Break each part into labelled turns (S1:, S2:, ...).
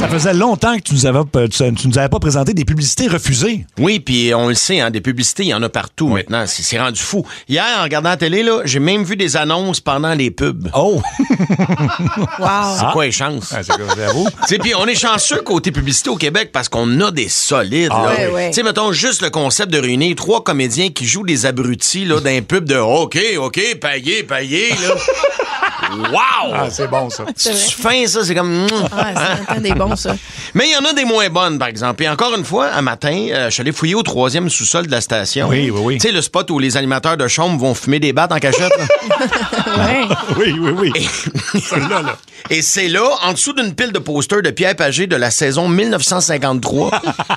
S1: Ça faisait longtemps que tu nous avais pas présenté des publicités refusées.
S2: Oui, puis on le sait, hein, des publicités, il y en a partout maintenant. C'est rendu fou. Hier, en regardant la télé, là, j'ai même vu des annonces pendant les pubs.
S1: Oh!
S3: Wow!
S2: C'est quoi les chances?
S1: J'avoue.
S2: Puis on est chanceux côté publicité au Québec parce qu'on a des solides.
S3: Ouais.
S2: Tu sais, mettons juste le concept de réunir 3 comédiens qui jouent des abrutis là, d'un pub de OK, payez, là. Wow!
S1: Ah, c'est bon, ça.
S2: C'est fin, ça, c'est comme...
S3: c'est des bons, ça.
S2: Mais il y en a des moins bonnes, par exemple. Et encore une fois, un matin, je suis allé fouiller au 3e sous-sol de la station.
S1: Oui.
S2: Tu sais, le spot où les animateurs de chambre vont fumer des battes en cachette. Là.
S1: Oui. Celle-là, là.
S2: Et c'est là, en dessous d'une pile de posters de Pierre Pagé de la saison 1953,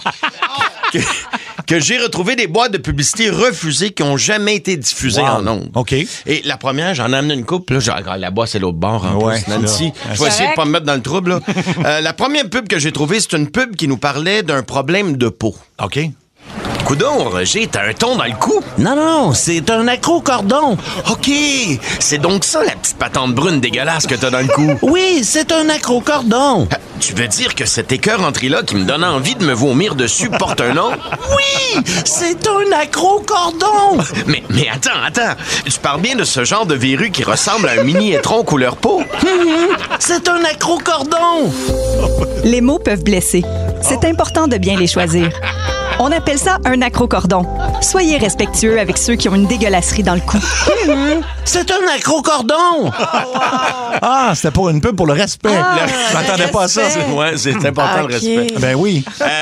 S2: que j'ai retrouvé des boîtes de publicité refusées qui n'ont jamais été diffusées en ondes.
S1: OK.
S2: Et la première, j'en ai amené une couple. Là, là-bas, c'est l'autre bord, en plus. Nancy, je vais essayer de pas me mettre dans le trouble. Là. La première pub que j'ai trouvée, c'est une pub qui nous parlait d'un problème de peau.
S1: OK.
S2: Coudon, Roger, t'as un ton dans le cou?
S4: Non, c'est un acrocordon.
S2: OK, c'est donc ça, la petite patente brune dégueulasse que t'as dans le cou.
S4: Oui, c'est un acrocordon.
S2: Tu veux dire que cet écœur-entrée-là qui me donne envie de me vomir dessus porte un nom?
S4: Oui, c'est un acrocordon.
S2: Mais attends. Tu parles bien de ce genre de verrue qui ressemble à un mini-étron couleur peau?
S4: C'est un acrocordon.
S5: Les mots peuvent blesser. C'est important de bien les choisir. On appelle ça un acrocordon. Soyez respectueux avec ceux qui ont une dégueulasserie dans le cou.
S4: C'est un acrocordon.
S1: Ah, c'était pour une pub pour le respect. Je m'attendais pas à ça.
S2: C'est important le respect.
S1: Ben oui.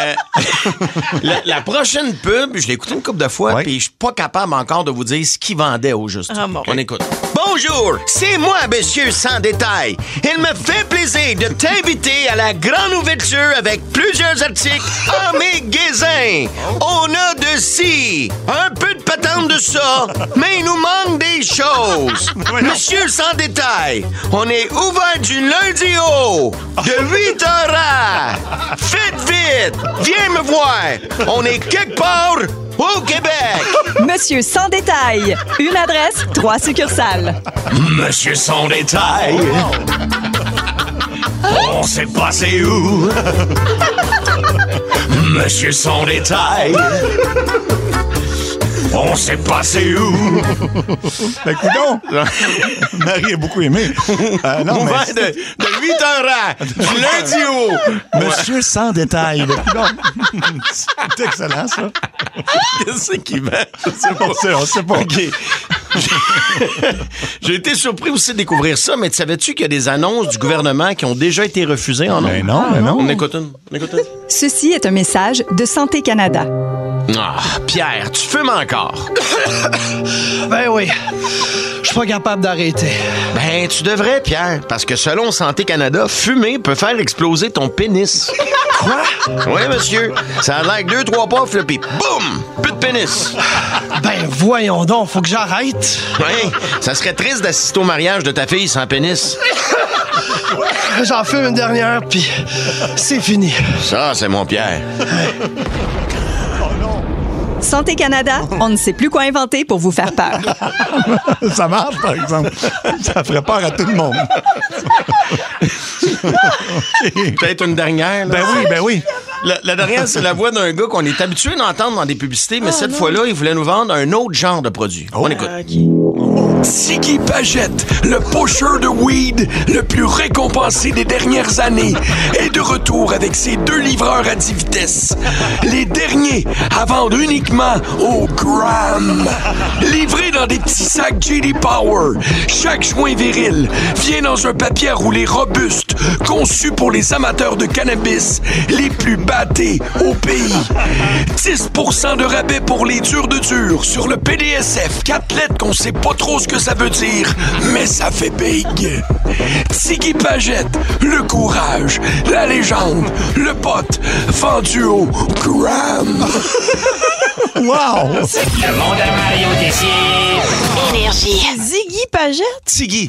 S2: La prochaine pub, je l'ai écoutée une couple de fois, puis je suis pas capable encore de vous dire ce qu'il vendait au juste. On écoute. Bonjour, c'est moi, monsieur sans détail. Il me fait plaisir de t'inviter à la grande ouverture avec plusieurs articles à mes magasin. On a de ci, un peu de patente de ça, mais il nous manque des choses. Monsieur sans détail, on est ouvert du lundi au, de 8h à. Faites vite, viens me voir. On est quelque part au Québec.
S5: Monsieur sans détail. Une adresse, 3 succursales.
S2: Monsieur sans détail. On sait pas c'est où. Monsieur sans détail. On sait pas c'est où.
S1: Ben, coudonc. Marie a beaucoup aimé. Non,
S2: mais de 8h à, du lundi au.
S1: Monsieur sans détail. C'est excellent, ça.
S2: Qu'est-ce qu'il met?
S1: On sait pas.
S2: OK. J'ai été surpris aussi de découvrir ça, mais savais-tu qu'il y a des annonces du gouvernement qui ont déjà été refusées en
S1: Ben non.
S2: On écoute une.
S5: Ceci est un message de Santé Canada.
S2: Ah, Pierre, tu fumes encore?
S6: Ben oui. Je suis pas capable d'arrêter.
S2: Ben, tu devrais, Pierre, parce que selon Santé Canada, fumer peut faire exploser ton pénis.
S6: Quoi?
S2: Oui, monsieur. Ça a l'air que 2-3 puffs, puis boum! Plus de pénis.
S6: Ben voyons donc, faut que j'arrête.
S2: Oui, ça serait triste d'assister au mariage de ta fille sans pénis.
S6: J'en fume une dernière, puis c'est fini.
S2: Ça, c'est mon Pierre.
S5: Santé Canada, on ne sait plus quoi inventer pour vous faire peur.
S1: Ça marche, par exemple. Ça ferait peur à tout le monde.
S2: Peut-être une dernière, là?
S1: Ben oui.
S2: La dernière, c'est la voix d'un gars qu'on est habitué d'entendre dans des publicités, mais cette fois-là, il voulait nous vendre un autre genre de produit. On écoute.
S7: Ziggy Pagette, le pusher de weed le plus récompensé des dernières années, est de retour avec ses 2 livreurs à 10 vitesses. Les derniers à vendre uniquement au gram. Livrés dans des petits sacs J.D. Power, chaque joint viril vient dans un papier à rouler robuste, conçu pour les amateurs de cannabis les plus battés au pays. 10% de rabais pour les durs de dur sur le PDSF, 4 lettres qu'on sait pas trop ce que ça veut dire, mais ça fait big. Ziggy Pagette, le courage, la légende, le pote, vendu au gram.
S1: Wow!
S8: Le monde à Mario Tessier.
S3: Énergie. Ziggy Pagette?
S2: Tiggy.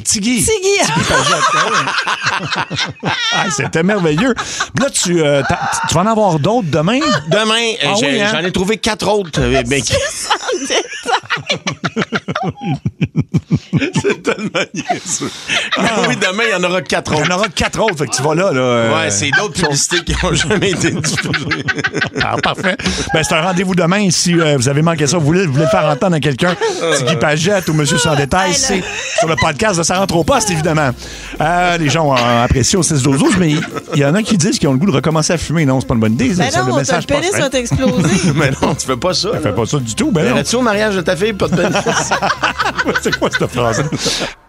S1: C'était merveilleux. Là, tu vas en avoir d'autres demain?
S2: Demain, j'en ai trouvé 4 autres.
S3: C'est
S2: C'est tellement Oui, demain, il y en aura 4 autres.
S1: Il y en aura 4 autres, fait que tu vas là.
S2: Ouais, c'est d'autres publicités qui n'ont jamais été diffusées.
S1: Alors, parfait. Ben, c'est un rendez-vous demain. Si vous avez manqué ça, vous voulez faire entendre à quelqu'un, Tiggy Pagette ou Monsieur Sans Détail, c'est sur le podcast de Ça rentre au poste, évidemment. Les gens ont apprécié au 6-12-12, mais il y en a qui disent qu'ils ont le goût de recommencer à fumer. Non, c'est pas une bonne idée.
S3: Ben non,
S1: le message
S3: ton pénis va t'exploser.
S2: Mais non, tu fais pas ça.
S1: Tu fais pas ça du tout. Ben non.
S2: Irais-tu au mariage de ta fille, pas de pénis?
S1: C'est quoi cette phrase?